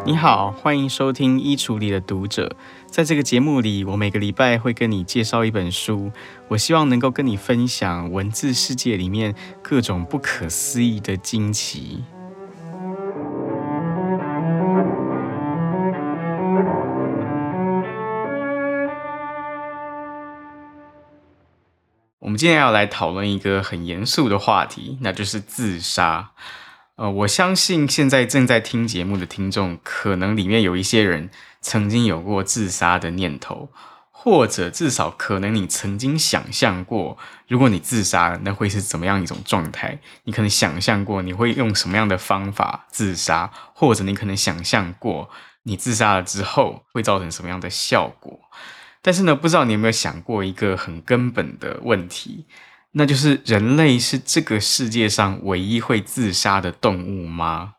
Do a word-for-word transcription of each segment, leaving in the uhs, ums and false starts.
你好，欢迎收听衣橱里的读者。在这个节目里，我每个礼拜会跟你介绍一本书，我希望能够跟你分享文字世界里面各种不可思议的惊奇。我们今天要来讨论一个很严肃的话题，那就是自杀。呃，我相信现在正在听节目的听众，可能里面有一些人曾经有过自杀的念头，或者至少可能你曾经想象过，如果你自杀了，那会是怎么样一种状态？你可能想象过你会用什么样的方法自杀，或者你可能想象过你自杀了之后会造成什么样的效果。但是呢，不知道你有没有想过一个很根本的问题，那就是人类是这个世界上唯一会自杀的动物吗？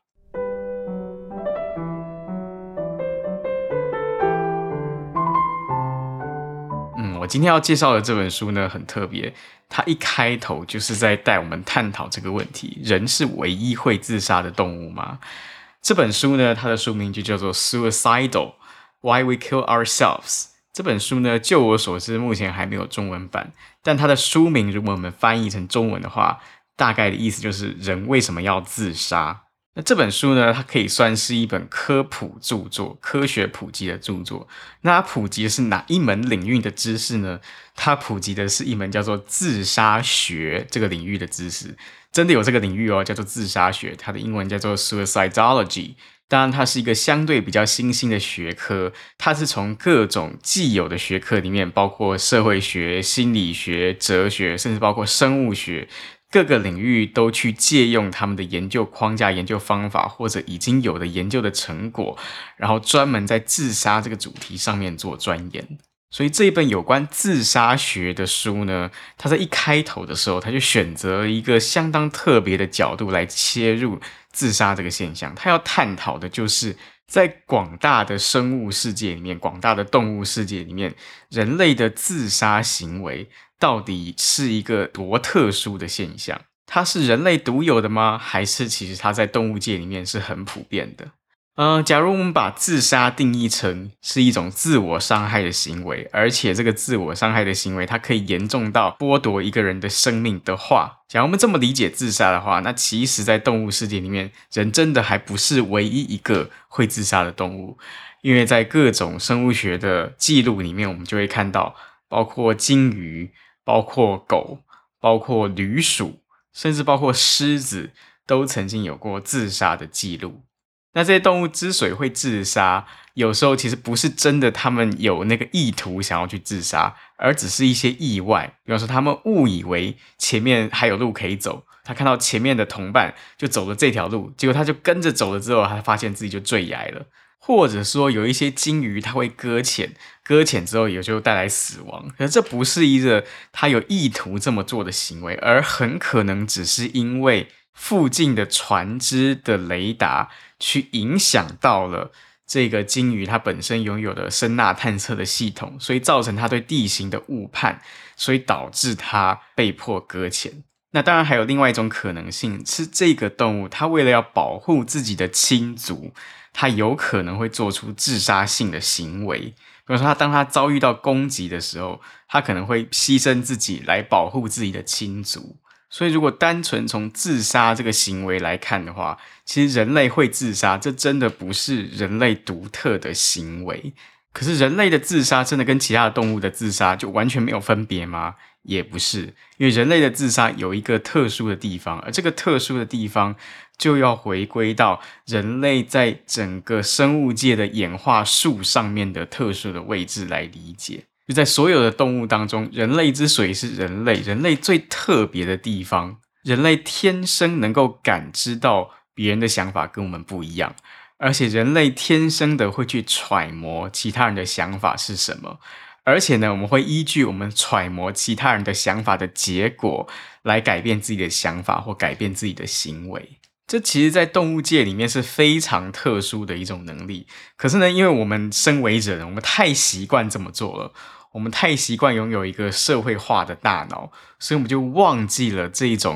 嗯，我今天要介绍的这本书呢，很特别，它一开头就是在带我们探讨这个问题：人是唯一会自杀的动物吗？这本书呢，它的书名就叫做《Suicidal: Why We Kill Ourselves》。这本书呢，就我所知，目前还没有中文版，但它的书名如果我们翻译成中文的话，大概的意思就是人为什么要自杀。那这本书呢，它可以算是一本科普著作，科学普及的著作。那它普及的是哪一门领域的知识呢？它普及的是一门叫做自杀学这个领域的知识。真的有这个领域哦，叫做自杀学，它的英文叫做 Suicidology。当然它是一个相对比较新兴的学科，它是从各种既有的学科里面，包括社会学、心理学、哲学，甚至包括生物学，各个领域都去借用他们的研究框架、研究方法，或者已经有的研究的成果，然后专门在自杀这个主题上面做钻研。所以这一本有关自杀学的书呢，它在一开头的时候，它就选择了一个相当特别的角度来切入自杀这个现象。它要探讨的就是在广大的生物世界里面，广大的动物世界里面，人类的自杀行为到底是一个多特殊的现象？它是人类独有的吗？还是其实它在动物界里面是很普遍的？呃，假如我们把自杀定义成是一种自我伤害的行为，而且这个自我伤害的行为它可以严重到剥夺一个人的生命的话，假如我们这么理解自杀的话，那其实在动物世界里面，人真的还不是唯一一个会自杀的动物。因为在各种生物学的记录里面，我们就会看到包括鲸鱼，包括狗，包括驴鼠，甚至包括狮子，都曾经有过自杀的记录。那这些动物之所以会自杀，有时候其实不是真的他们有那个意图想要去自杀，而只是一些意外。比方说他们误以为前面还有路可以走，他看到前面的同伴就走了这条路，结果他就跟着走了之后，他发现自己就坠崖了。或者说有一些鲸鱼它会搁浅，搁浅之后也就带来死亡。可是这不是一个他有意图这么做的行为，而很可能只是因为附近的船只的雷达去影响到了这个鲸鱼它本身拥有的声呐探测的系统，所以造成它对地形的误判，所以导致它被迫搁浅。那当然还有另外一种可能性，是这个动物它为了要保护自己的亲族，它有可能会做出自杀性的行为。比如说它当它遭遇到攻击的时候，它可能会牺牲自己来保护自己的亲族。所以如果单纯从自杀这个行为来看的话，其实人类会自杀，这真的不是人类独特的行为。可是人类的自杀真的跟其他的动物的自杀就完全没有分别吗？也不是，因为人类的自杀有一个特殊的地方，而这个特殊的地方就要回归到人类在整个生物界的演化树上面的特殊的位置来理解。就在所有的动物当中，人类之所以是人类，人类最特别的地方，人类天生能够感知到别人的想法跟我们不一样，而且人类天生的会去揣摩其他人的想法是什么，而且呢，我们会依据我们揣摩其他人的想法的结果来改变自己的想法或改变自己的行为。这其实在动物界里面是非常特殊的一种能力，可是呢，因为我们身为人，我们太习惯这么做了，我们太习惯拥有一个社会化的大脑，所以我们就忘记了这一种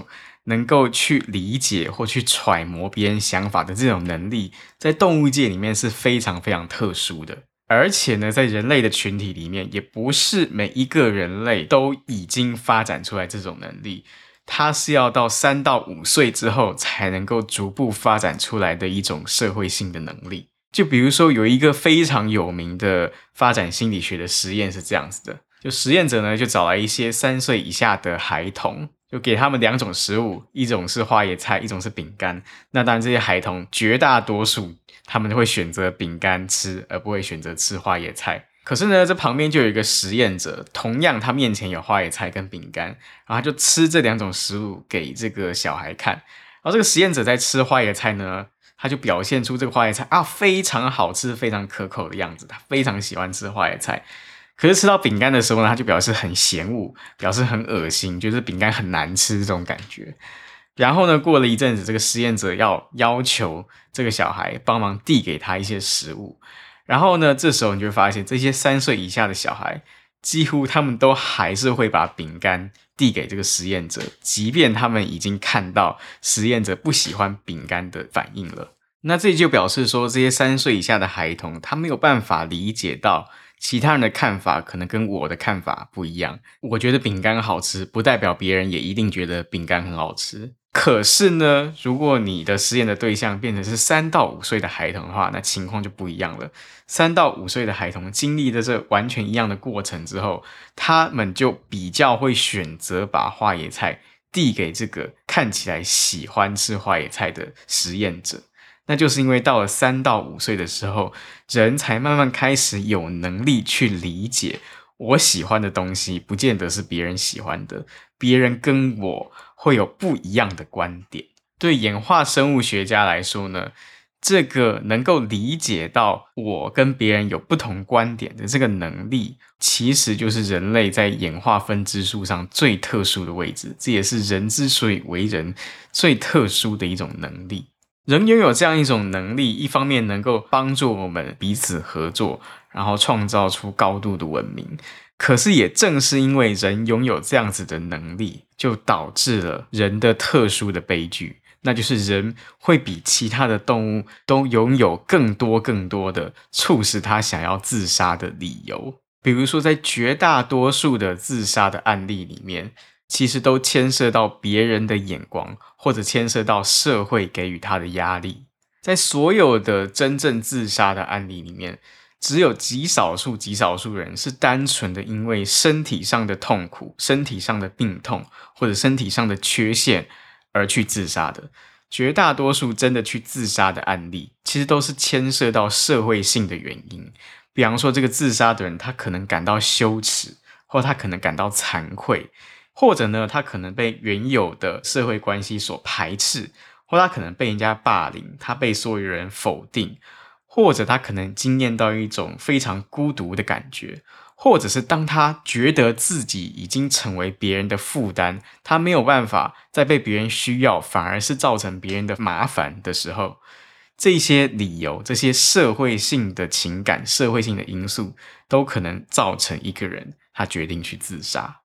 能够去理解或去揣摩别人想法的这种能力，在动物界里面是非常非常特殊的。而且呢，在人类的群体里面，也不是每一个人类都已经发展出来这种能力，它是要到三到五岁之后才能够逐步发展出来的一种社会性的能力。就比如说有一个非常有名的发展心理学的实验是这样子的，就实验者呢就找来一些三岁以下的孩童，就给他们两种食物，一种是花椰菜，一种是饼干。那当然这些孩童绝大多数他们会选择饼干吃，而不会选择吃花椰菜。可是呢，这旁边就有一个实验者，同样他面前有花椰菜跟饼干，然后他就吃这两种食物给这个小孩看。然后这个实验者在吃花椰菜呢，他就表现出这个花椰菜啊非常好吃、非常可口的样子，他非常喜欢吃花椰菜。可是吃到饼干的时候呢，他就表示很嫌恶，表示很恶心，觉得饼干很难吃这种感觉。然后呢，过了一阵子，这个实验者要要求这个小孩帮忙递给他一些食物。然后呢，这时候你就会发现，这些三岁以下的小孩，几乎他们都还是会把饼干递给这个实验者，即便他们已经看到实验者不喜欢饼干的反应了。那这就表示说，这些三岁以下的孩童，他没有办法理解到其他人的看法可能跟我的看法不一样。我觉得饼干好吃，不代表别人也一定觉得饼干很好吃。可是呢，如果你的实验的对象变成是三到五岁的孩童的话，那情况就不一样了。三到五岁的孩童经历了这完全一样的过程之后，他们就比较会选择把花椰菜递给这个看起来喜欢吃花椰菜的实验者。那就是因为到了三到五岁的时候，人才慢慢开始有能力去理解，我喜欢的东西不见得是别人喜欢的，别人跟我会有不一样的观点。对演化生物学家来说呢，这个能够理解到我跟别人有不同观点的这个能力，其实就是人类在演化分支树上最特殊的位置，这也是人之所以为人最特殊的一种能力。人拥有这样一种能力，一方面能够帮助我们彼此合作，然后创造出高度的文明。可是也正是因为人拥有这样子的能力，就导致了人的特殊的悲剧，那就是人会比其他的动物都拥有更多更多的促使他想要自杀的理由。比如说在绝大多数的自杀的案例里面，其实都牵涉到别人的眼光，或者牵涉到社会给予他的压力。在所有的真正自杀的案例里面，只有极少数极少数人是单纯的因为身体上的痛苦、身体上的病痛或者身体上的缺陷而去自杀的。绝大多数真的去自杀的案例，其实都是牵涉到社会性的原因。比方说这个自杀的人，他可能感到羞耻，或他可能感到惭愧，或者呢，他可能被原有的社会关系所排斥，或他可能被人家霸凌，他被所有人否定，或者他可能经验到一种非常孤独的感觉，或者是当他觉得自己已经成为别人的负担，他没有办法再被别人需要，反而是造成别人的麻烦的时候，这些理由，这些社会性的情感、社会性的因素，都可能造成一个人他决定去自杀。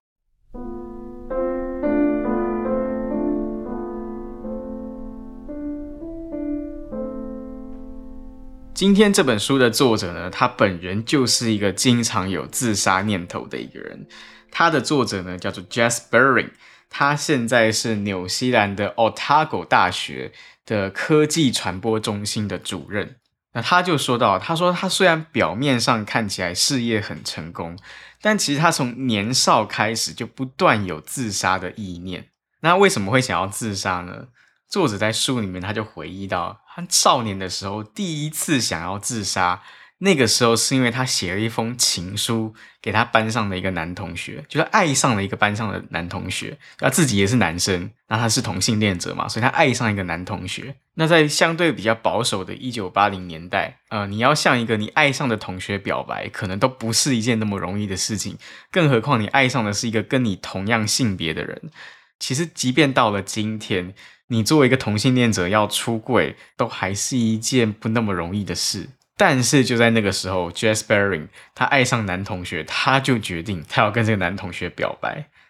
今天这本书的作者呢，他本人就是一个经常有自杀念头的一个人。他的作者呢叫做 Jess Bering， 他现在是纽西兰的 Otago 大学的科技传播中心的主任。那他就说到，他说他虽然表面上看起来事业很成功，但其实他从年少开始就不断有自杀的意念。那为什么会想要自杀呢？作者在书里面他就回忆到，他少年的时候第一次想要自杀，那个时候是因为他写了一封情书给他班上的一个男同学，就是爱上了一个班上的男同学，他自己也是男生，那他是同性恋者嘛，所以他爱上一个男同学。那在相对比较保守的一九八零年代，呃，你要向一个你爱上的同学表白，可能都不是一件那么容易的事情，更何况你爱上的是一个跟你同样性别的人。其实即便到了今天，你作为一个同性恋者要出柜，都还是一件不那么容易的事。但是就在那个时候 Jess Bering 他爱上男同学，他就决定他要跟这个男同学表白。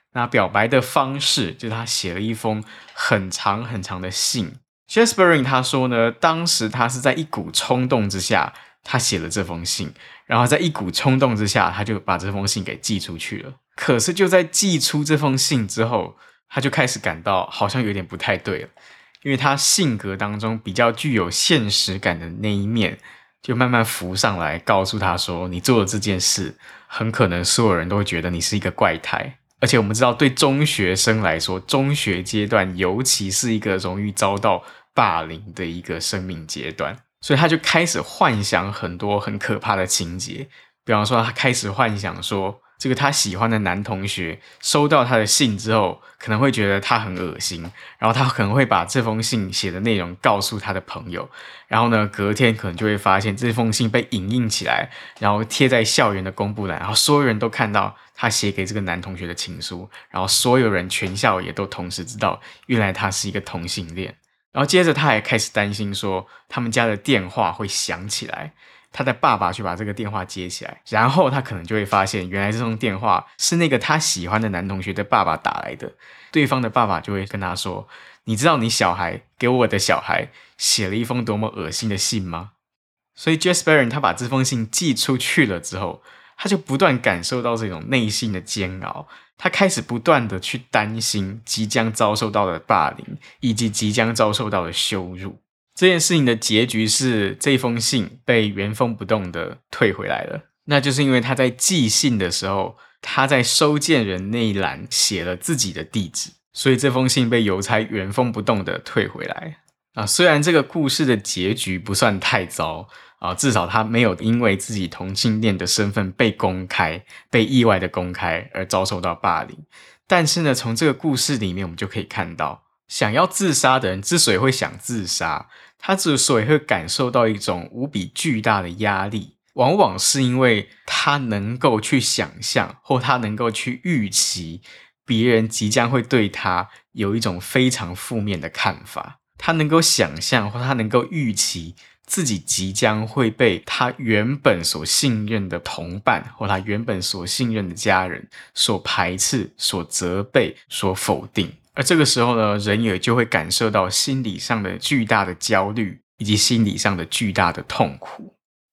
那表白的方式就是他写了一封很长很长的信。Jesperine 他说呢，当时他是在一股冲动之下，他写了这封信，然后在一股冲动之下，他就把这封信给寄出去了。可是就在寄出这封信之后，他就开始感到好像有点不太对了，因为他性格当中比较具有现实感的那一面就慢慢浮上来，告诉他说，你做的这件事很可能所有人都会觉得你是一个怪胎。而且我们知道，对中学生来说，中学阶段尤其是一个容易遭到霸凌的一个生命阶段，所以他就开始幻想很多很可怕的情节。比方说他开始幻想说，这个他喜欢的男同学收到他的信之后可能会觉得他很恶心，然后他可能会把这封信写的内容告诉他的朋友，然后呢隔天可能就会发现这封信被影印起来，然后贴在校园的公布栏，然后所有人都看到他写给这个男同学的情书，然后所有人全校也都同时知道原来他是一个同性恋。然后接着他还开始担心说他们家的电话会响起来，他的爸爸去把这个电话接起来，然后他可能就会发现原来这通电话是那个他喜欢的男同学的爸爸打来的。对方的爸爸就会跟他说，你知道你小孩给我的小孩写了一封多么恶心的信吗？所以 Jesperine 他把这封信寄出去了之后，他就不断感受到这种内心的煎熬，他开始不断的去担心即将遭受到的霸凌以及即将遭受到的羞辱。这件事情的结局是这封信被原封不动的退回来了，那就是因为他在寄信的时候，他在收件人那一栏写了自己的地址，所以这封信被邮差原封不动的退回来。啊，虽然这个故事的结局不算太糟啊，至少他没有因为自己同性恋的身份被公开、被意外的公开而遭受到霸凌，但是呢，从这个故事里面我们就可以看到，想要自杀的人之所以会想自杀，他之所以会感受到一种无比巨大的压力，往往是因为他能够去想象，或他能够去预期别人即将会对他有一种非常负面的看法。他能够想象，或他能够预期自己即将会被他原本所信任的同伴，或他原本所信任的家人所排斥、所责备、所否定。而这个时候呢，人也就会感受到心理上的巨大的焦虑，以及心理上的巨大的痛苦。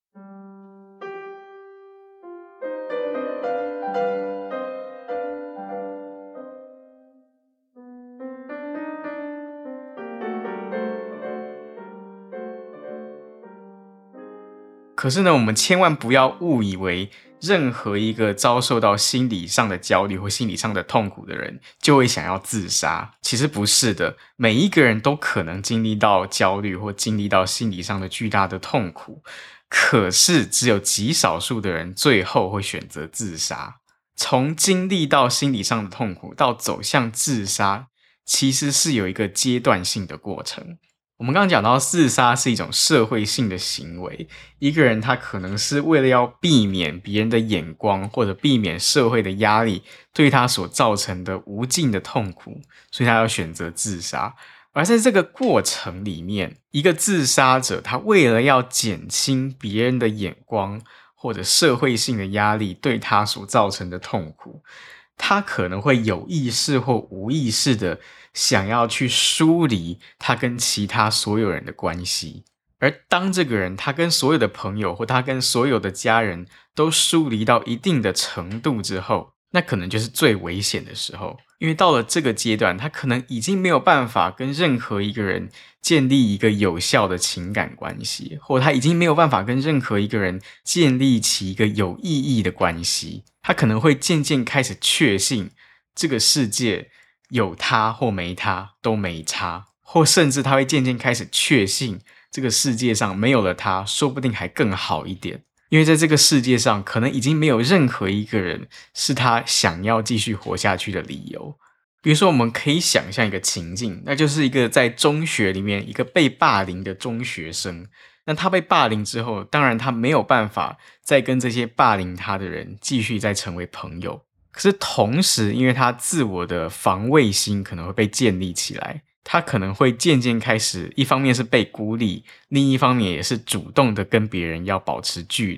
可是呢，我们千万不要误以为任何一个遭受到心理上的焦虑或心理上的痛苦的人就会想要自杀。其实不是的，每一个人都可能经历到焦虑或经历到心理上的巨大的痛苦，可是只有极少数的人最后会选择自杀。从经历到心理上的痛苦到走向自杀，其实是有一个阶段性的过程。我们刚刚讲到自杀是一种社会性的行为，一个人他可能是为了要避免别人的眼光，或者避免社会的压力对他所造成的无尽的痛苦，所以他要选择自杀。而在这个过程里面，一个自杀者他为了要减轻别人的眼光或者社会性的压力对他所造成的痛苦，他可能会有意识或无意识的想要去疏离他跟其他所有人的关系。而当这个人他跟所有的朋友或他跟所有的家人都疏离到一定的程度之后，那可能就是最危险的时候。因为到了这个阶段，他可能已经没有办法跟任何一个人建立一个有效的情感关系，或他已经没有办法跟任何一个人建立起一个有意义的关系。他可能会渐渐开始确信这个世界有他或没他都没差，或甚至他会渐渐开始确信这个世界上没有了他说不定还更好一点。因为在这个世界上可能已经没有任何一个人是他想要继续活下去的理由。比如说我们可以想象一个情境，那就是一个在中学里面一个被霸凌的中学生。那他被霸凌之后，当然他没有办法再跟这些霸凌他的人继续再成为朋友，可是同时因为他自我的防卫心可能会被建立起来，他可能会渐渐开始，一方面是被孤立，另一方面也是主动的跟别人要保持距离。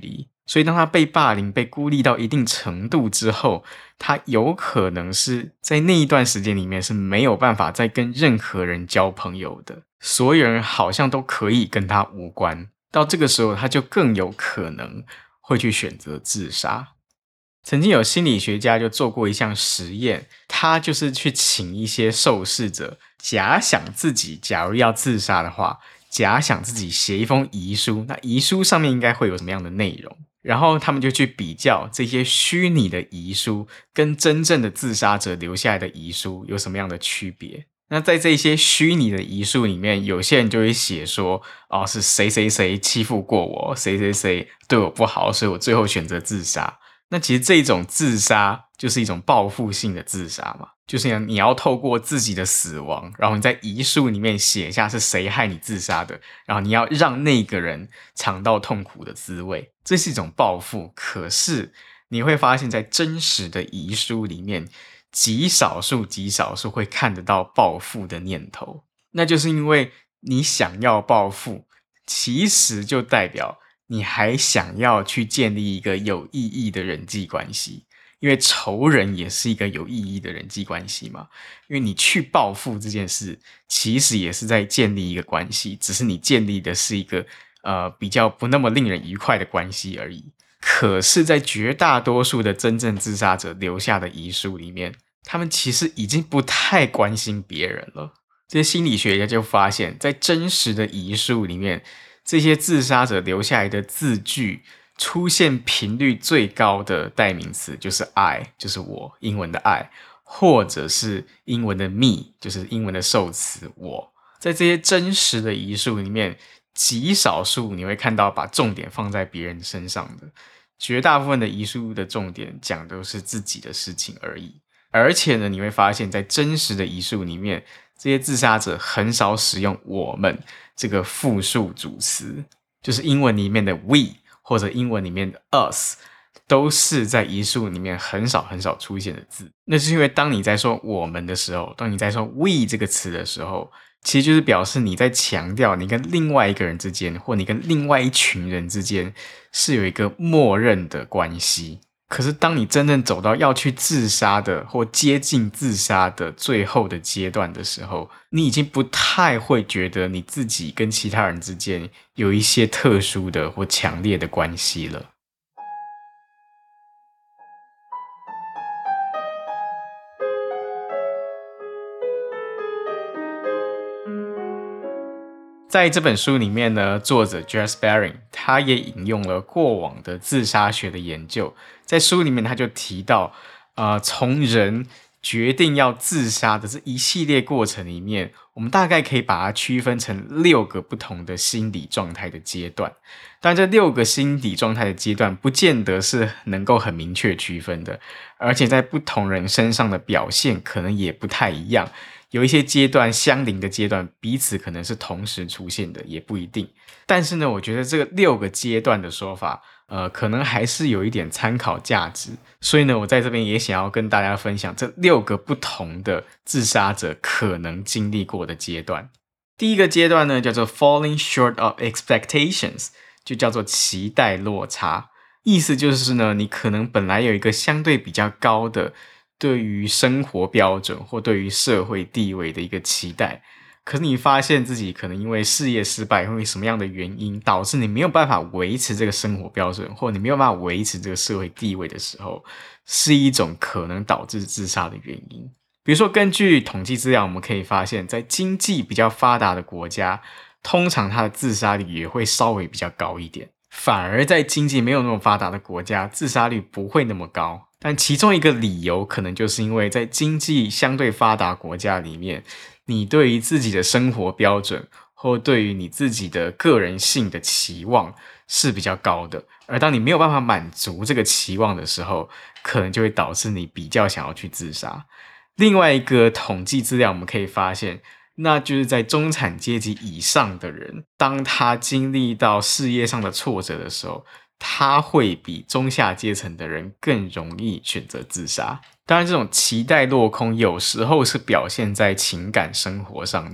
所以当他被霸凌、被孤立到一定程度之后，他有可能是在那一段时间里面是没有办法再跟任何人交朋友的，所有人好像都可以跟他无关。到这个时候，他就更有可能会去选择自杀。曾经有心理学家就做过一项实验，他就是去请一些受试者假想自己假如要自杀的话，假想自己写一封遗书，那遗书上面应该会有什么样的内容，然后他们就去比较这些虚拟的遗书跟真正的自杀者留下来的遗书有什么样的区别。那在这些虚拟的遗书里面，有些人就会写说，哦，是谁谁谁欺负过我，谁谁谁对我不好，所以我最后选择自杀。那其实这种自杀就是一种报复性的自杀嘛，就是你要透过自己的死亡，然后你在遗书里面写下是谁害你自杀的，然后你要让那个人尝到痛苦的滋味，这是一种报复。可是你会发现在真实的遗书里面，极少数极少数会看得到报复的念头，那就是因为你想要报复，其实就代表你还想要去建立一个有意义的人际关系，因为仇人也是一个有意义的人际关系嘛。因为你去报复这件事，其实也是在建立一个关系，只是你建立的是一个呃比较不那么令人愉快的关系而已。可是在绝大多数的真正自杀者留下的遗书里面，他们其实已经不太关心别人了。这些心理学家就发现，在真实的遗书里面，这些自杀者留下来的字句出现频率最高的代名词就是 I， 就是我，英文的 I， 或者是英文的 me， 就是英文的受词我。在这些真实的遗书里面，极少数你会看到把重点放在别人身上的，绝大部分的遗书的重点讲的是自己的事情而已。而且呢，你会发现在真实的遗书里面，这些自杀者很少使用我们这个复数主词，就是英文里面的 we 或者英文里面的 us， 都是在遗书里面很少很少出现的字。那是因为当你在说我们的时候，当你在说 we 这个词的时候，其实就是表示你在强调你跟另外一个人之间，或你跟另外一群人之间是有一个默认的关系。可是当你真正走到要去自杀的或接近自杀的最后的阶段的时候，你已经不太会觉得你自己跟其他人之间有一些特殊的或强烈的关系了。在这本书里面呢，作者 Jess Baring 他也引用了过往的自杀学的研究，在书里面他就提到，呃，从人决定要自杀的这一系列过程里面，我们大概可以把它区分成六个不同的心理状态的阶段。但这六个心理状态的阶段不见得是能够很明确区分的，而且在不同人身上的表现可能也不太一样。有一些阶段相邻的阶段彼此可能是同时出现的，也不一定。但是呢，我觉得这个六个阶段的说法呃，可能还是有一点参考价值。所以呢，我在这边也想要跟大家分享这六个不同的自杀者可能经历过的阶段。第一个阶段呢，叫做 falling short of expectations， 就叫做期待落差。意思就是呢，你可能本来有一个相对比较高的对于生活标准或对于社会地位的一个期待，可是你发现自己可能因为事业失败，因为什么样的原因导致你没有办法维持这个生活标准，或你没有办法维持这个社会地位的时候，是一种可能导致自杀的原因。比如说根据统计资料，我们可以发现在经济比较发达的国家，通常它的自杀率也会稍微比较高一点，反而在经济没有那么发达的国家，自杀率不会那么高。但其中一个理由可能就是因为在经济相对发达国家里面，你对于自己的生活标准或对于你自己的个人性的期望是比较高的，而当你没有办法满足这个期望的时候，可能就会导致你比较想要去自杀。另外一个统计资料我们可以发现，那就是在中产阶级以上的人，当他经历到事业上的挫折的时候，他会比中下阶层的人更容易选择自杀。当然这种期待落空有时候是表现在情感生活上面，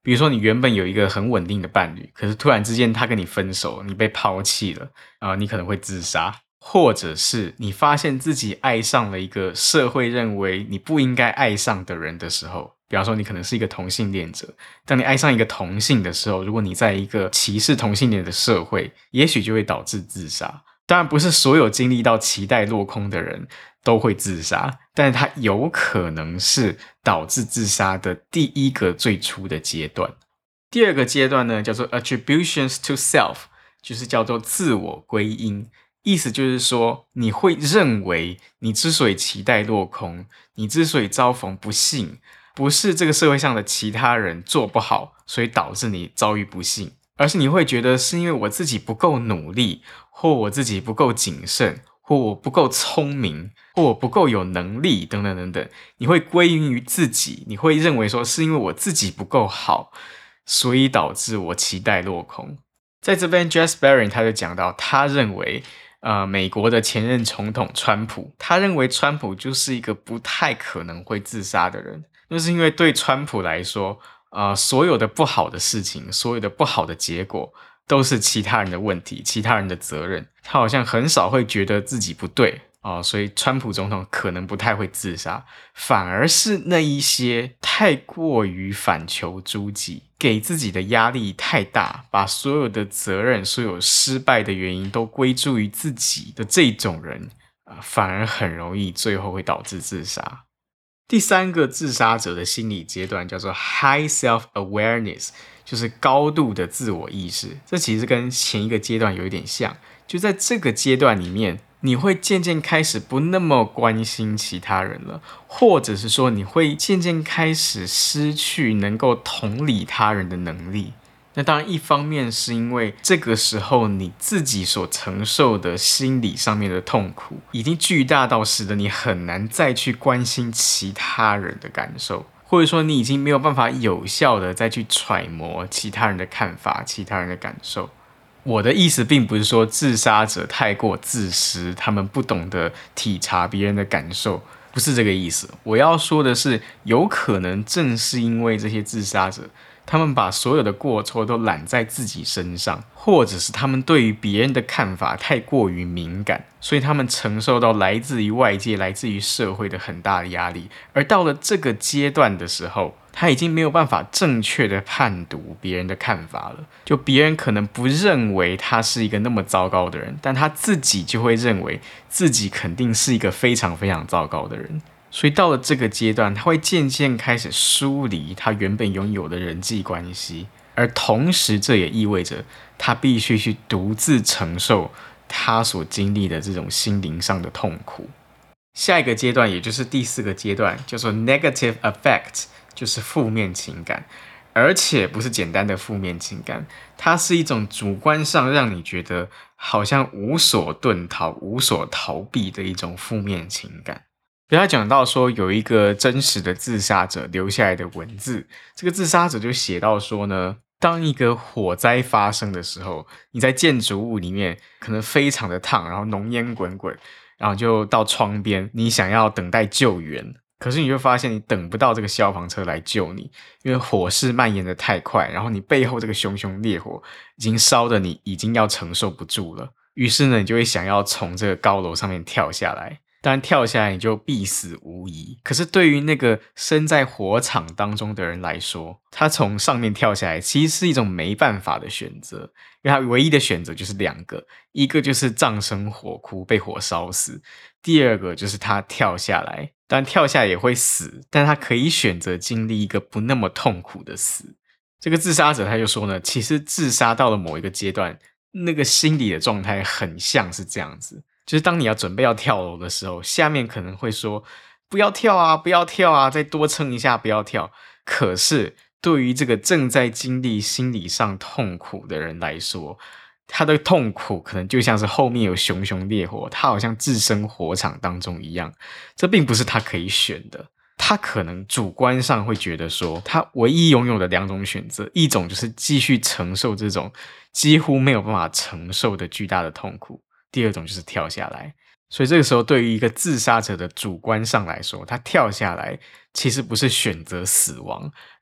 比如说你原本有一个很稳定的伴侣，可是突然之间他跟你分手，你被抛弃了啊、呃你可能会自杀。或者是你发现自己爱上了一个社会认为你不应该爱上的人的时候，比方说你可能是一个同性恋者，当你爱上一个同性的时候，如果你在一个歧视同性恋的社会，也许就会导致自杀。当然不是所有经历到期待落空的人都会自杀，但是它有可能是导致自杀的第一个最初的阶段。第二个阶段呢，叫做 attributions to self， 就是叫做自我归因。意思就是说，你会认为你之所以期待落空，你之所以遭逢不幸，不是这个社会上的其他人做不好，所以导致你遭遇不幸，而是你会觉得是因为我自己不够努力，或我自己不够谨慎，或我不够聪明，或我不够有能力，等等等等，你会归因于自己，你会认为说是因为我自己不够好，所以导致我期待落空。在这边 Jess Barron 他就讲到，他认为呃，美国的前任总统川普，他认为川普就是一个不太可能会自杀的人，就是因为对川普来说，呃，所有的不好的事情，所有的不好的结果，都是其他人的问题，其他人的责任。他好像很少会觉得自己不对啊、呃，所以川普总统可能不太会自杀，反而是那一些太过于反求诸己，给自己的压力太大，把所有的责任、所有失败的原因都归诸于自己的这种人啊、呃，反而很容易最后会导致自杀。第三个自杀者的心理阶段叫做 high self-awareness， 就是高度的自我意识。这其实跟前一个阶段有一点像，就在这个阶段里面，你会渐渐开始不那么关心其他人了，或者是说你会渐渐开始失去能够同理他人的能力。那当然一方面是因为这个时候你自己所承受的心理上面的痛苦已经巨大到使得你很难再去关心其他人的感受，或者说你已经没有办法有效的再去揣摩其他人的看法、其他人的感受。我的意思并不是说自杀者太过自私，他们不懂得体察别人的感受，不是这个意思。我要说的是，有可能正是因为这些自杀者他们把所有的过错都揽在自己身上，或者是他们对于别人的看法太过于敏感，所以他们承受到来自于外界、来自于社会的很大的压力。而到了这个阶段的时候，他已经没有办法正确的判读别人的看法了。就别人可能不认为他是一个那么糟糕的人，但他自己就会认为自己肯定是一个非常非常糟糕的人。所以到了这个阶段，他会渐渐开始疏离他原本拥有的人际关系，而同时这也意味着他必须去独自承受他所经历的这种心灵上的痛苦。下一个阶段，也就是第四个阶段，叫做 negative affect， 就是负面情感，而且不是简单的负面情感，它是一种主观上让你觉得好像无所遁逃、无所逃避的一种负面情感。比如他讲到说，有一个真实的自杀者留下来的文字，这个自杀者就写到说呢，当一个火灾发生的时候，你在建筑物里面可能非常的烫，然后浓烟滚滚，然后就到窗边，你想要等待救援，可是你就发现你等不到这个消防车来救你，因为火势蔓延的太快，然后你背后这个熊熊烈火已经烧得你已经要承受不住了，于是呢，你就会想要从这个高楼上面跳下来。当然跳下来你就必死无疑，可是对于那个身在火场当中的人来说，他从上面跳下来其实是一种没办法的选择，因为他唯一的选择就是两个，一个就是葬身火窟被火烧死，第二个就是他跳下来，当然跳下来也会死，但他可以选择经历一个不那么痛苦的死。这个自杀者他就说呢，其实自杀到了某一个阶段，那个心理的状态很像是这样子，就是当你要准备要跳楼的时候，下面可能会说不要跳啊，不要跳啊，再多撑一下，不要跳。可是对于这个正在经历心理上痛苦的人来说，他的痛苦可能就像是后面有熊熊烈火，他好像置身火场当中一样，这并不是他可以选的。他可能主观上会觉得说，他唯一拥有的两种选择，一种就是继续承受这种几乎没有办法承受的巨大的痛苦，第二种就是跳下来。所以这个时候对于一个自杀者的主观上来说，他跳下来其实不是选择死亡，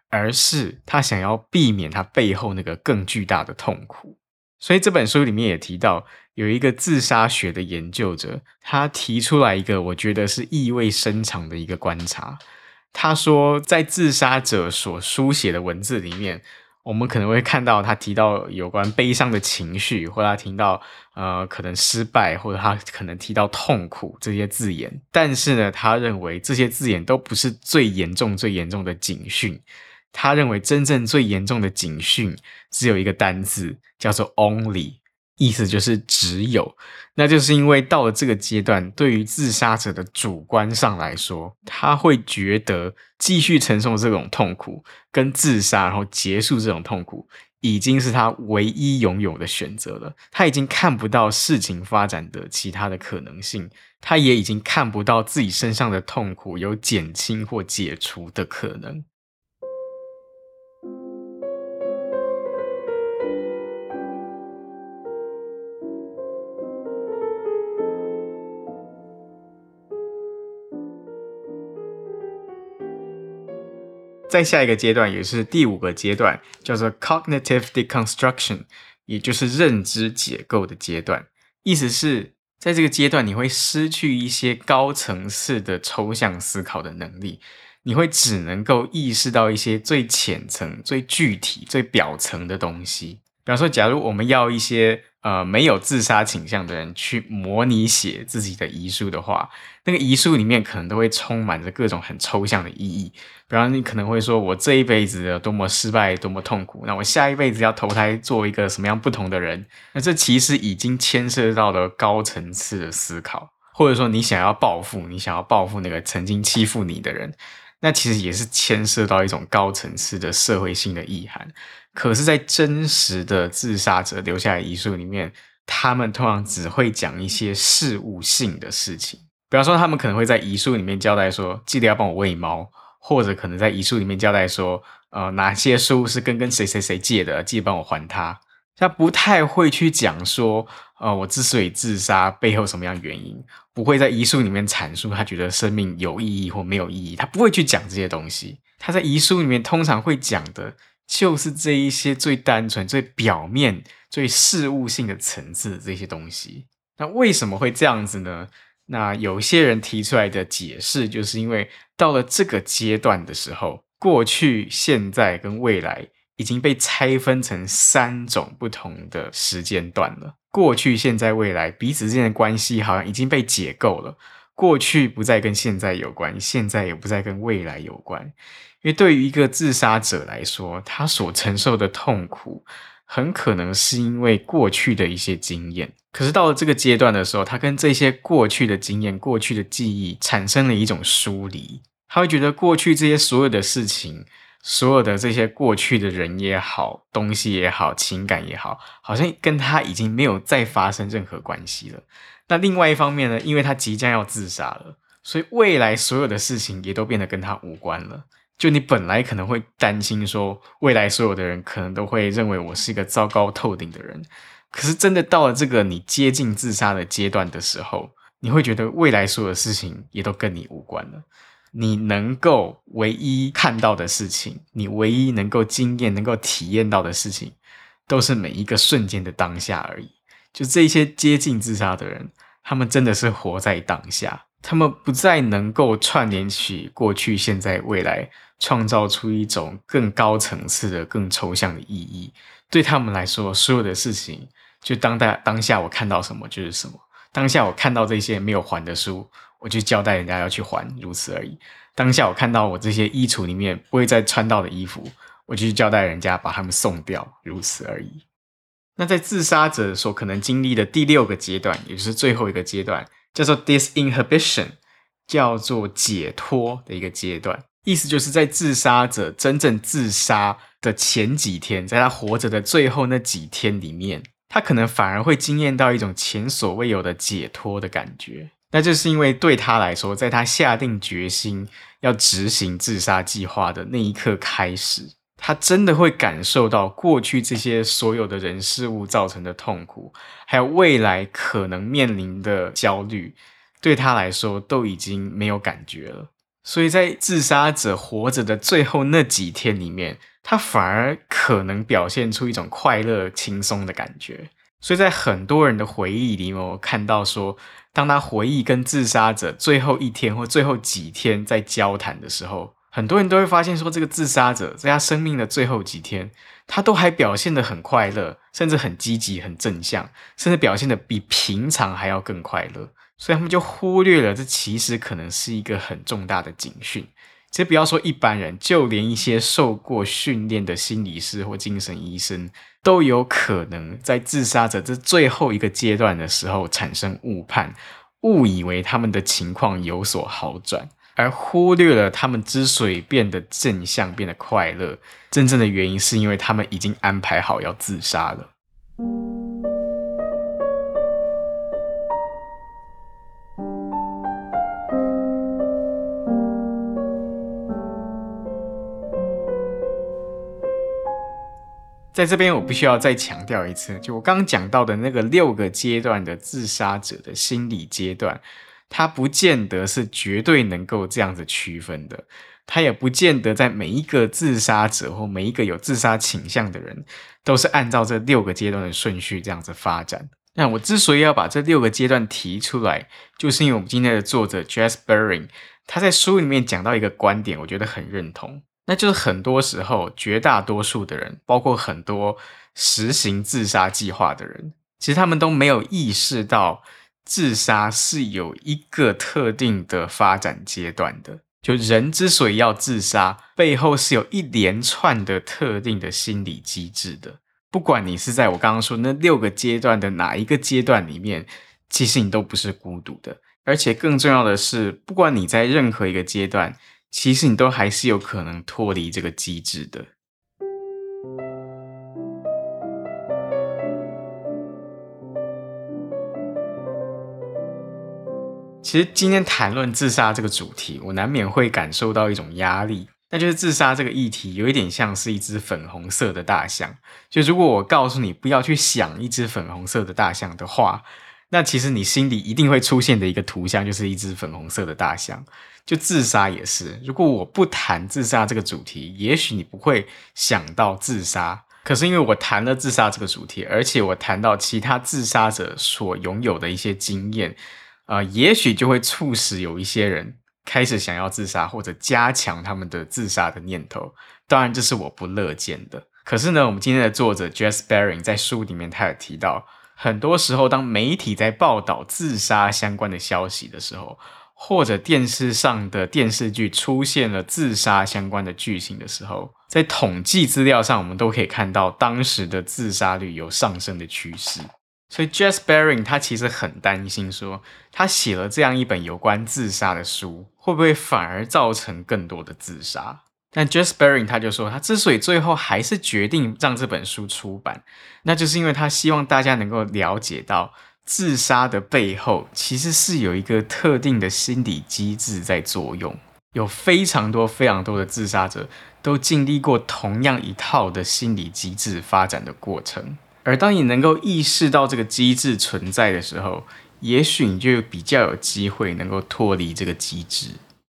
而是他想要避免他背后那个更巨大的痛苦。所以这本书里面也提到，有一个自杀学的研究者，他提出来一个我觉得是意味深长的一个观察。他说，在自杀者所书写的文字里面，我们可能会看到他提到有关悲伤的情绪，或者他提到呃可能失败，或者他可能提到痛苦这些字眼。但是呢，他认为这些字眼都不是最严重、最严重的警讯。他认为真正最严重的警讯只有一个单字，叫做 only， 意思就是只有。那就是因为到了这个阶段，对于自杀者的主观上来说，他会觉得继续承受这种痛苦跟自杀然后结束这种痛苦已经是他唯一拥有的选择了。他已经看不到事情发展的其他的可能性，他也已经看不到自己身上的痛苦有减轻或解除的可能。在下一个阶段，也是第五个阶段，叫做 cognitive deconstruction， 也就是认知解构的阶段。意思是在这个阶段，你会失去一些高层次的抽象思考的能力，你会只能够意识到一些最浅层、最具体、最表层的东西。比方说，假如我们要一些呃没有自杀倾向的人去模拟写自己的遗书的话，那个遗书里面可能都会充满着各种很抽象的意义。比方你可能会说，我这一辈子有多么失败，多么痛苦，那我下一辈子要投胎做一个什么样不同的人。那这其实已经牵涉到了高层次的思考，或者说你想要报复，你想要报复那个曾经欺负你的人，那其实也是牵涉到一种高层次的社会性的意涵。可是在真实的自杀者留下的遗书里面，他们通常只会讲一些事务性的事情。比方说，他们可能会在遗书里面交代说，记得要帮我喂猫，或者可能在遗书里面交代说，呃，哪些书是跟跟谁谁谁借的，记得帮我还他。他不太会去讲说，呃，我之所以自杀背后什么样的原因，不会在遗书里面阐述他觉得生命有意义或没有意义，他不会去讲这些东西。他在遗书里面通常会讲的就是这一些最单纯、最表面、最事物性的层次的这些东西。那为什么会这样子呢？那有些人提出来的解释，就是因为到了这个阶段的时候，过去、现在跟未来已经被拆分成三种不同的时间段了。过去、现在、未来彼此之间的关系好像已经被解构了。过去不再跟现在有关，现在也不再跟未来有关。因为对于一个自杀者来说，他所承受的痛苦很可能是因为过去的一些经验。可是到了这个阶段的时候，他跟这些过去的经验、过去的记忆产生了一种疏离。他会觉得过去这些所有的事情，所有的这些过去的人也好，东西也好，情感也好，好像跟他已经没有再发生任何关系了。那另外一方面呢，因为他即将要自杀了，所以未来所有的事情也都变得跟他无关了。就你本来可能会担心说，未来所有的人可能都会认为我是一个糟糕透顶的人，可是真的到了这个你接近自杀的阶段的时候，你会觉得未来所有的事情也都跟你无关了。你能够唯一看到的事情，你唯一能够经验、能够体验到的事情，都是每一个瞬间的当下而已。就这些接近自杀的人，他们真的是活在当下，他们不再能够串联起过去、现在、未来，创造出一种更高层次的、更抽象的意义。对他们来说，所有的事情就当代当下我看到什么就是什么，当下我看到这些没有还的书，我就交代人家要去还，如此而已。当下我看到我这些衣橱里面不会再穿到的衣服，我就去交代人家把它们送掉，如此而已。那在自杀者所可能经历的第六个阶段，也就是最后一个阶段，叫做 disinhibition， 叫做解脱的一个阶段。意思就是在自杀者真正自杀的前几天，在他活着的最后那几天里面，他可能反而会经验到一种前所未有的解脱的感觉。那就是因为对他来说，在他下定决心要执行自杀计划的那一刻开始，他真的会感受到过去这些所有的人事物造成的痛苦，还有未来可能面临的焦虑，对他来说都已经没有感觉了。 所以在自杀者活着的最后那几天里面，他反而可能表现出一种快乐轻松的感觉。所以在很多人的回忆里面，我看到说，当他回忆跟自杀者最后一天或最后几天在交谈的时候，很多人都会发现说，这个自杀者在他生命的最后几天，他都还表现得很快乐，甚至很积极很正向，甚至表现得比平常还要更快乐。所以他们就忽略了这其实可能是一个很重大的警讯。其实不要说一般人，就连一些受过训练的心理师或精神医生，都有可能在自杀者这最后一个阶段的时候产生误判，误以为他们的情况有所好转，而忽略了他们之所以变得正向变得快乐，真正的原因是因为他们已经安排好要自杀了。在这边我必须要再强调一次，就我刚刚讲到的那个六个阶段的自杀者的心理阶段，它不见得是绝对能够这样子区分的，它也不见得在每一个自杀者或每一个有自杀倾向的人都是按照这六个阶段的顺序这样子发展。那我之所以要把这六个阶段提出来，就是因为我们今天的作者 Jess Bering 他在书里面讲到一个观点，我觉得很认同。那就是很多时候绝大多数的人，包括很多实行自杀计划的人，其实他们都没有意识到自杀是有一个特定的发展阶段的。就人之所以要自杀，背后是有一连串的特定的心理机制的。不管你是在我刚刚说那六个阶段的哪一个阶段里面，其实你都不是孤独的。而且更重要的是，不管你在任何一个阶段，其实你都还是有可能脱离这个机制的。其实今天谈论自杀这个主题，我难免会感受到一种压力，那就是自杀这个议题有一点像是一只粉红色的大象。就如果我告诉你不要去想一只粉红色的大象的话，那其实你心里一定会出现的一个图像就是一只粉红色的大象。就自杀也是，如果我不谈自杀这个主题，也许你不会想到自杀。可是因为我谈了自杀这个主题，而且我谈到其他自杀者所拥有的一些经验，呃，也许就会促使有一些人开始想要自杀，或者加强他们的自杀的念头。当然这是我不乐见的。可是呢，我们今天的作者 Jess Bering 在书里面他有提到，很多时候当媒体在报道自杀相关的消息的时候，或者电视上的电视剧出现了自杀相关的剧情的时候，在统计资料上我们都可以看到当时的自杀率有上升的趋势。所以 Jess Bering 他其实很担心说，他写了这样一本有关自杀的书，会不会反而造成更多的自杀。但 Jess Bering 他就说，他之所以最后还是决定让这本书出版，那就是因为他希望大家能够了解到自杀的背后其实是有一个特定的心理机制在作用，有非常多非常多的自杀者都经历过同样一套的心理机制发展的过程。而当你能够意识到这个机制存在的时候，也许你就比较有机会能够脱离这个机制。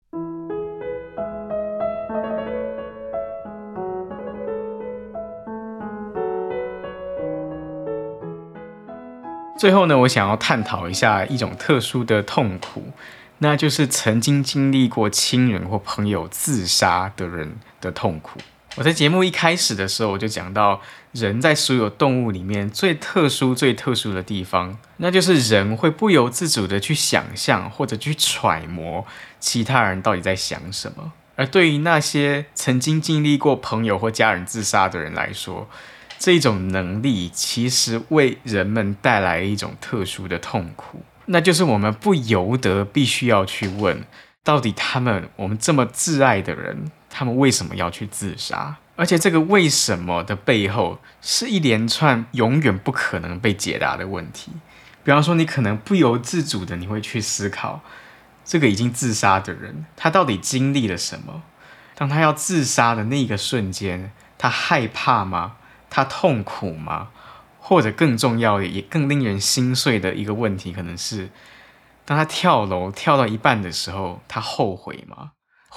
最后呢，我想要探讨一下一种特殊的痛苦，那就是曾经经历过亲人或朋友自杀的人的痛苦。我在节目一开始的时候我就讲到，人在所有动物里面最特殊最特殊的地方，那就是人会不由自主的去想象或者去揣摩其他人到底在想什么。而对于那些曾经经历过朋友或家人自杀的人来说，这种能力其实为人们带来一种特殊的痛苦，那就是我们不由得必须要去问，到底他们我们这么挚爱的人，他们为什么要去自杀？而且这个为什么的背后是一连串永远不可能被解答的问题。比方说，你可能不由自主的你会去思考，这个已经自杀的人他到底经历了什么？当他要自杀的那个瞬间，他害怕吗？他痛苦吗？或者更重要的也更令人心碎的一个问题可能是，当他跳楼跳到一半的时候，他后悔吗？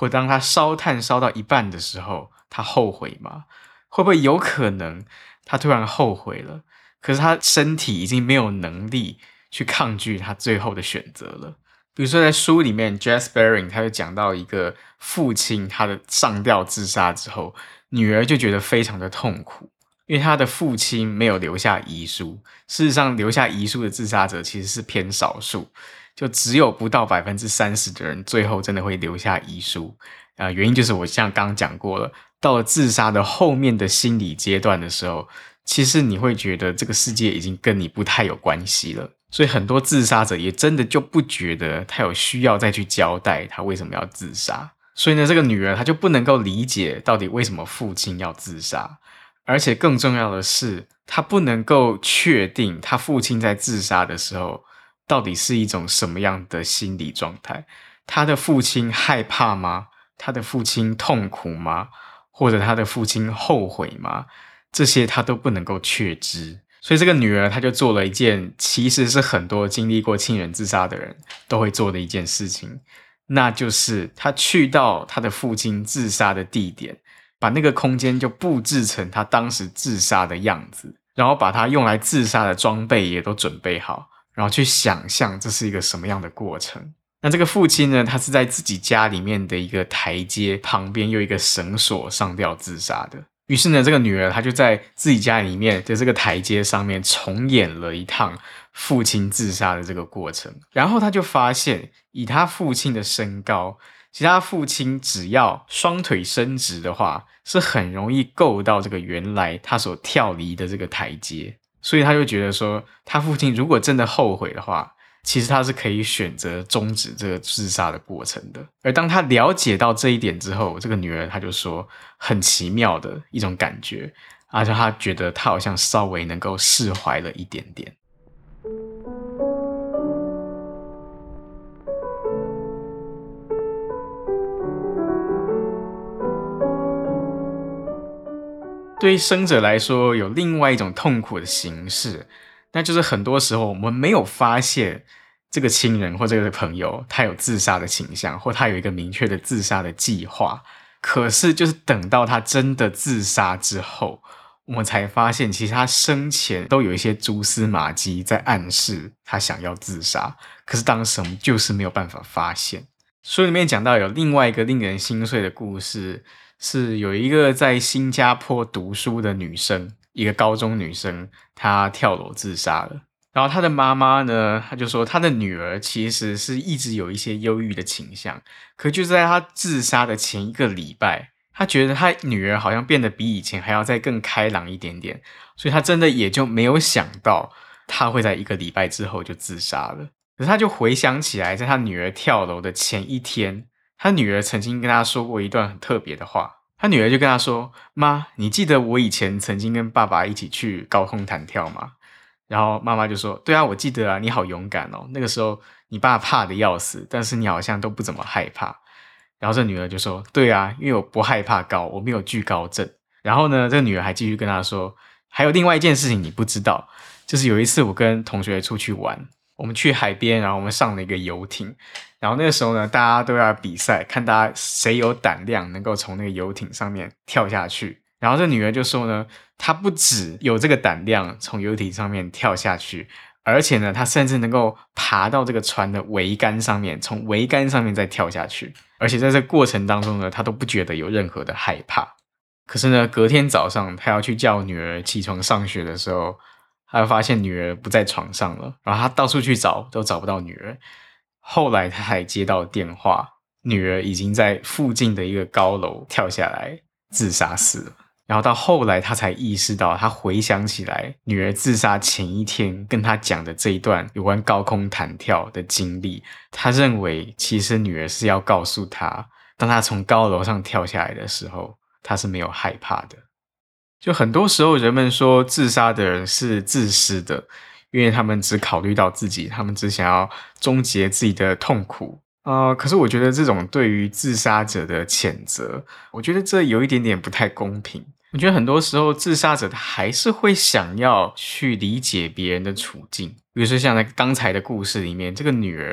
或当他烧炭烧到一半的时候，他后悔吗？会不会有可能他突然后悔了，可是他身体已经没有能力去抗拒他最后的选择了？比如说在书里面 Jess Baring 他就讲到一个父亲他的上吊自杀之后，女儿就觉得非常的痛苦，因为他的父亲没有留下遗书。事实上留下遗书的自杀者其实是偏少数，就只有不到 百分之三十 的人最后真的会留下遗书、呃、原因就是我像刚刚讲过了，到了自杀的后面的心理阶段的时候，其实你会觉得这个世界已经跟你不太有关系了，所以很多自杀者也真的就不觉得他有需要再去交代他为什么要自杀。所以呢，这个女儿她就不能够理解到底为什么父亲要自杀，而且更重要的是，她不能够确定她父亲在自杀的时候到底是一种什么样的心理状态。她的父亲害怕吗？她的父亲痛苦吗？或者她的父亲后悔吗？这些她都不能够确知。所以这个女儿她就做了一件其实是很多经历过亲人自杀的人都会做的一件事情，那就是她去到她的父亲自杀的地点，把那个空间就布置成他当时自杀的样子，然后把他用来自杀的装备也都准备好，然后去想象这是一个什么样的过程。那这个父亲呢，他是在自己家里面的一个台阶旁边有一个绳索上吊自杀的。于是呢，这个女儿她就在自己家里面的这个台阶上面重演了一趟父亲自杀的这个过程。然后她就发现，以她父亲的身高，其实他父亲只要双腿伸直的话，是很容易够到这个原来他所跳离的这个台阶。所以他就觉得说，他父亲如果真的后悔的话，其实他是可以选择终止这个自杀的过程的。而当他了解到这一点之后，这个女儿她就说，很奇妙的一种感觉，而且她觉得她好像稍微能够释怀了一点点。对于生者来说，有另外一种痛苦的形式，那就是很多时候我们没有发现这个亲人或这个朋友他有自杀的倾向，或他有一个明确的自杀的计划，可是就是等到他真的自杀之后，我们才发现其实他生前都有一些蛛丝马迹在暗示他想要自杀，可是当时我们就是没有办法发现。书里面讲到有另外一个令人心碎的故事，是有一个在新加坡读书的女生，一个高中女生，她跳楼自杀了。然后她的妈妈呢，她就说她的女儿其实是一直有一些忧郁的倾向，可就在她自杀的前一个礼拜，她觉得她女儿好像变得比以前还要再更开朗一点点，所以她真的也就没有想到她会在一个礼拜之后就自杀了。可是她就回想起来，在她女儿跳楼的前一天，她女儿曾经跟她说过一段很特别的话。她女儿就跟她说，妈，你记得我以前曾经跟爸爸一起去高空弹跳吗？然后妈妈就说，对啊，我记得啊，你好勇敢哦，那个时候你爸怕得要死，但是你好像都不怎么害怕。然后这女儿就说，对啊，因为我不害怕高，我没有惧高症。然后呢，这个女儿还继续跟她说，还有另外一件事情你不知道，就是有一次我跟同学出去玩，我们去海边，然后我们上了一个游艇，然后那个时候呢，大家都要比赛，看大家谁有胆量能够从那个游艇上面跳下去。然后这女儿就说呢，她不只有这个胆量从游艇上面跳下去，而且呢，她甚至能够爬到这个船的桅杆上面，从桅杆上面再跳下去。而且在这个过程当中呢，她都不觉得有任何的害怕。可是呢，隔天早上她要去叫女儿起床上学的时候，他发现女儿不在床上了，然后他到处去找都找不到女儿。后来他还接到电话，女儿已经在附近的一个高楼跳下来自杀死了。然后到后来他才意识到，他回想起来女儿自杀前一天跟他讲的这一段有关高空弹跳的经历，他认为其实女儿是要告诉他，当他从高楼上跳下来的时候，他是没有害怕的。就很多时候人们说自杀的人是自私的，因为他们只考虑到自己，他们只想要终结自己的痛苦。呃，可是我觉得这种对于自杀者的谴责，我觉得这有一点点不太公平。我觉得很多时候自杀者他还是会想要去理解别人的处境，比如说像在刚才的故事里面，这个女儿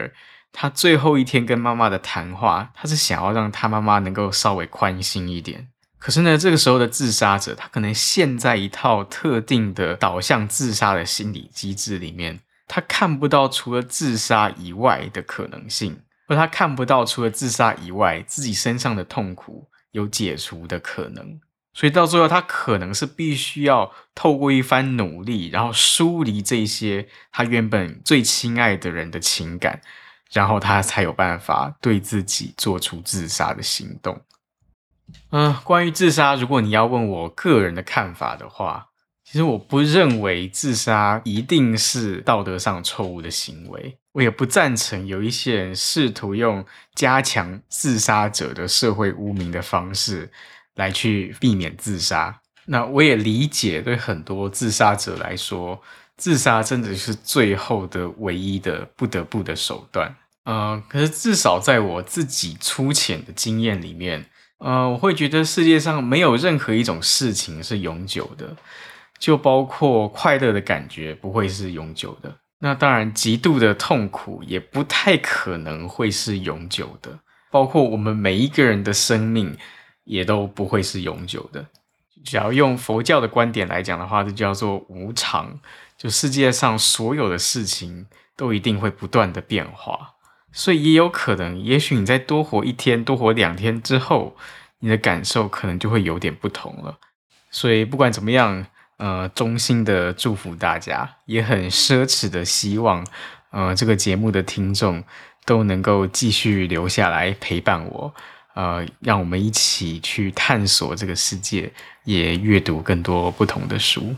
他最后一天跟妈妈的谈话，他是想要让他妈妈能够稍微宽心一点。可是呢，这个时候的自杀者，他可能陷在一套特定的导向自杀的心理机制里面，他看不到除了自杀以外的可能性，或他看不到除了自杀以外自己身上的痛苦有解除的可能。所以到最后，他可能是必须要透过一番努力，然后疏离这些他原本最亲爱的人的情感，然后他才有办法对自己做出自杀的行动。嗯、呃，关于自杀，如果你要问我个人的看法的话，其实我不认为自杀一定是道德上错误的行为，我也不赞成有一些人试图用加强自杀者的社会污名的方式来去避免自杀。那我也理解，对很多自杀者来说，自杀真的是最后的唯一的不得不的手段。呃，可是至少在我自己粗浅的经验里面，呃，我会觉得世界上没有任何一种事情是永久的，就包括快乐的感觉不会是永久的。那当然，极度的痛苦也不太可能会是永久的，包括我们每一个人的生命也都不会是永久的。只要用佛教的观点来讲的话，这叫做无常，就世界上所有的事情都一定会不断的变化。所以也有可能，也许你再多活一天，多活两天之后，你的感受可能就会有点不同了。所以不管怎么样，呃，衷心的祝福大家，也很奢侈的希望，呃，这个节目的听众都能够继续留下来陪伴我，呃，让我们一起去探索这个世界，也阅读更多不同的书。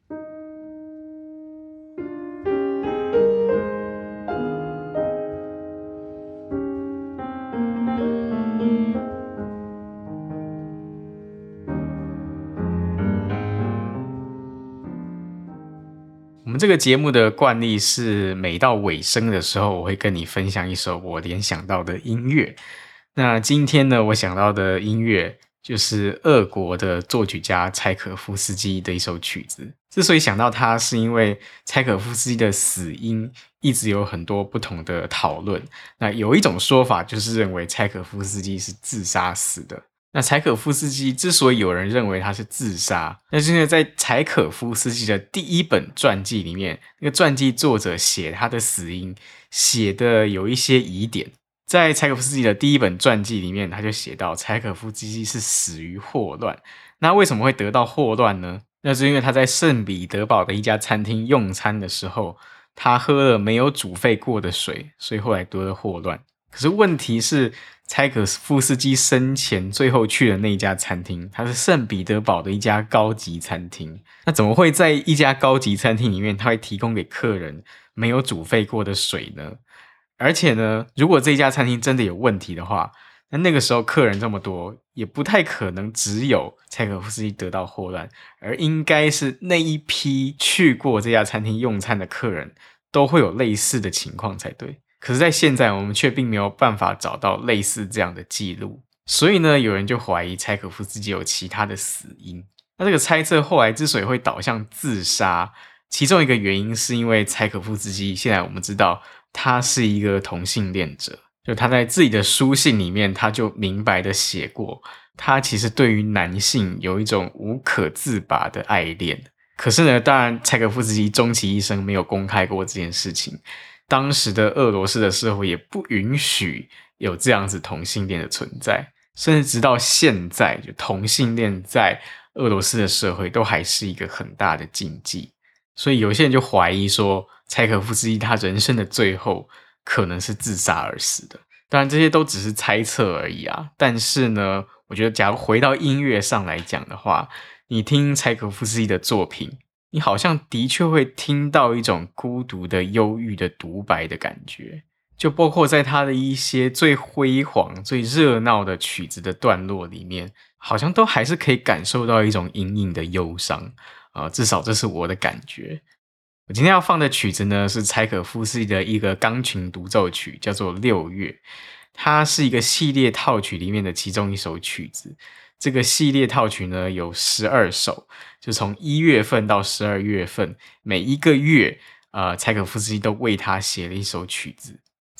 我们这个节目的惯例是每到尾声的时候，我会跟你分享一首我联想到的音乐。那今天呢，我想到的音乐就是俄国的作曲家柴可夫斯基的一首曲子。之所以想到他，是因为柴可夫斯基的死因一直有很多不同的讨论。那有一种说法就是认为柴可夫斯基是自杀死的。那柴可夫斯基之所以有人认为他是自杀，那是因为在柴可夫斯基的第一本传记里面，那个传记作者写他的死因写的有一些疑点。在柴可夫斯基的第一本传记里面，他就写到柴可夫斯基是死于霍乱。那为什么会得到霍乱呢？那是因为他在圣彼得堡的一家餐厅用餐的时候，他喝了没有煮沸过的水，所以后来得了霍乱。可是问题是，柴可夫斯基生前最后去的那一家餐厅，它是圣彼得堡的一家高级餐厅。那怎么会在一家高级餐厅里面，他会提供给客人没有煮沸过的水呢？而且呢，如果这家餐厅真的有问题的话，那那个时候客人这么多，也不太可能只有柴可夫斯基得到霍乱，而应该是那一批去过这家餐厅用餐的客人都会有类似的情况才对。可是在现在我们却并没有办法找到类似这样的记录，所以呢，有人就怀疑柴可夫斯基有其他的死因。那这个猜测后来之所以会导向自杀，其中一个原因是因为柴可夫斯基现在我们知道他是一个同性恋者，就他在自己的书信里面他就明白的写过，他其实对于男性有一种无可自拔的爱恋。可是呢，当然柴可夫斯基终其一生没有公开过这件事情，当时的俄罗斯的社会也不允许有这样子同性恋的存在，甚至直到现在，就同性恋在俄罗斯的社会都还是一个很大的禁忌。所以有些人就怀疑说，柴可夫斯基他人生的最后可能是自杀而死的。当然这些都只是猜测而已啊。但是呢，我觉得假如回到音乐上来讲的话，你听柴可夫斯基的作品，你好像的确会听到一种孤独的忧郁的独白的感觉，就包括在他的一些最辉煌最热闹的曲子的段落里面，好像都还是可以感受到一种隐隐的忧伤、呃、至少这是我的感觉。我今天要放的曲子呢，是柴可夫斯基的一个钢琴独奏曲，叫做六月。它是一个系列套曲里面的其中一首曲子。这个系列套曲呢有十二首，就从一月份到十二月份，每一个月呃，柴可夫斯基都为他写了一首曲子。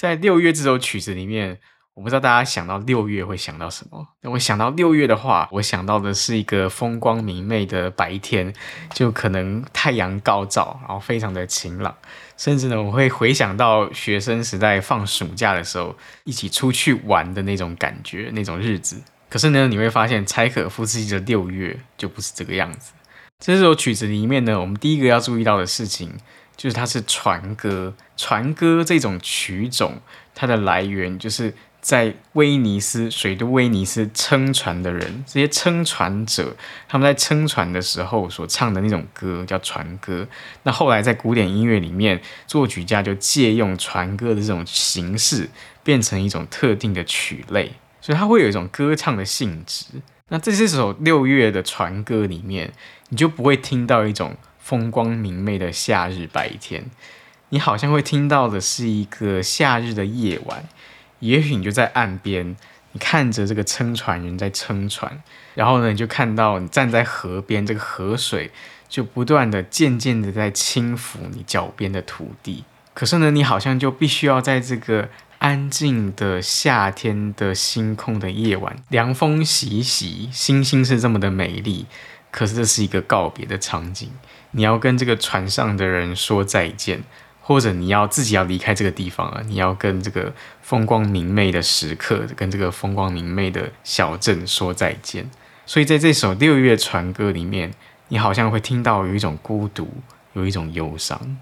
在六月这首曲子里面，我不知道大家想到六月会想到什么。我想到六月的话，我想到的是一个风光明媚的白天，就可能太阳高照，然后非常的晴朗。甚至呢，我会回想到学生时代放暑假的时候，一起出去玩的那种感觉，那种日子。可是呢，你会发现柴可夫斯基的六月就不是这个样子。这首曲子里面呢，我们第一个要注意到的事情，就是它是船歌。船歌这种曲种，它的来源就是在威尼斯水都威尼斯撑船的人，这些撑船者，他们在撑船的时候所唱的那种歌叫船歌。那后来在古典音乐里面，作曲家就借用船歌的这种形式，变成一种特定的曲类，所以它会有一种歌唱的性质。那在这首六月的船歌里面，你就不会听到一种风光明媚的夏日白天，你好像会听到的是一个夏日的夜晚。也许你就在岸边，你看着这个撑船人在撑船，然后呢，你就看到你站在河边，这个河水就不断的、渐渐的在轻抚你脚边的土地。可是呢，你好像就必须要在这个安静的夏天的星空的夜晚，凉风习习，星星是这么的美丽，可是这是一个告别的场景，你要跟这个船上的人说再见，或者你要自己要离开这个地方了，你要跟这个风光明媚的时刻，跟这个风光明媚的小镇说再见。所以在这首六月船歌里面，你好像会听到有一种孤独，有一种忧伤。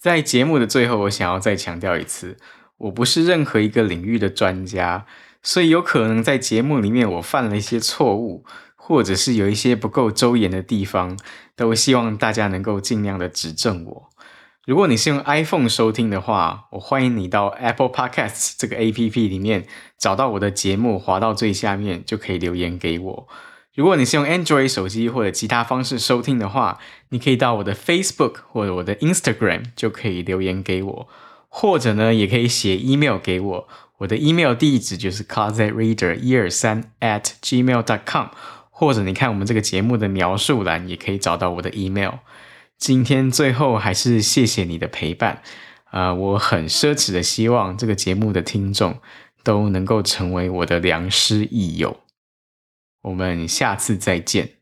在节目的最后，我想要再强调一次，我不是任何一个领域的专家，所以有可能在节目里面我犯了一些错误，或者是有一些不够周延的地方，都希望大家能够尽量的指正我。如果你是用 iPhone 收听的话，我欢迎你到 Apple Podcasts 这个 A P P 里面找到我的节目，滑到最下面就可以留言给我。如果你是用 Android 手机或者其他方式收听的话，你可以到我的 Facebook 或者我的 Instagram 就可以留言给我，或者呢也可以写 email 给我，我的 email 地址就是 closetreader 一二三 at gmail dot com， 或者你看我们这个节目的描述栏也可以找到我的 email。今天最后还是谢谢你的陪伴，呃，我很奢侈的希望这个节目的听众都能够成为我的良师益友。我们下次再见。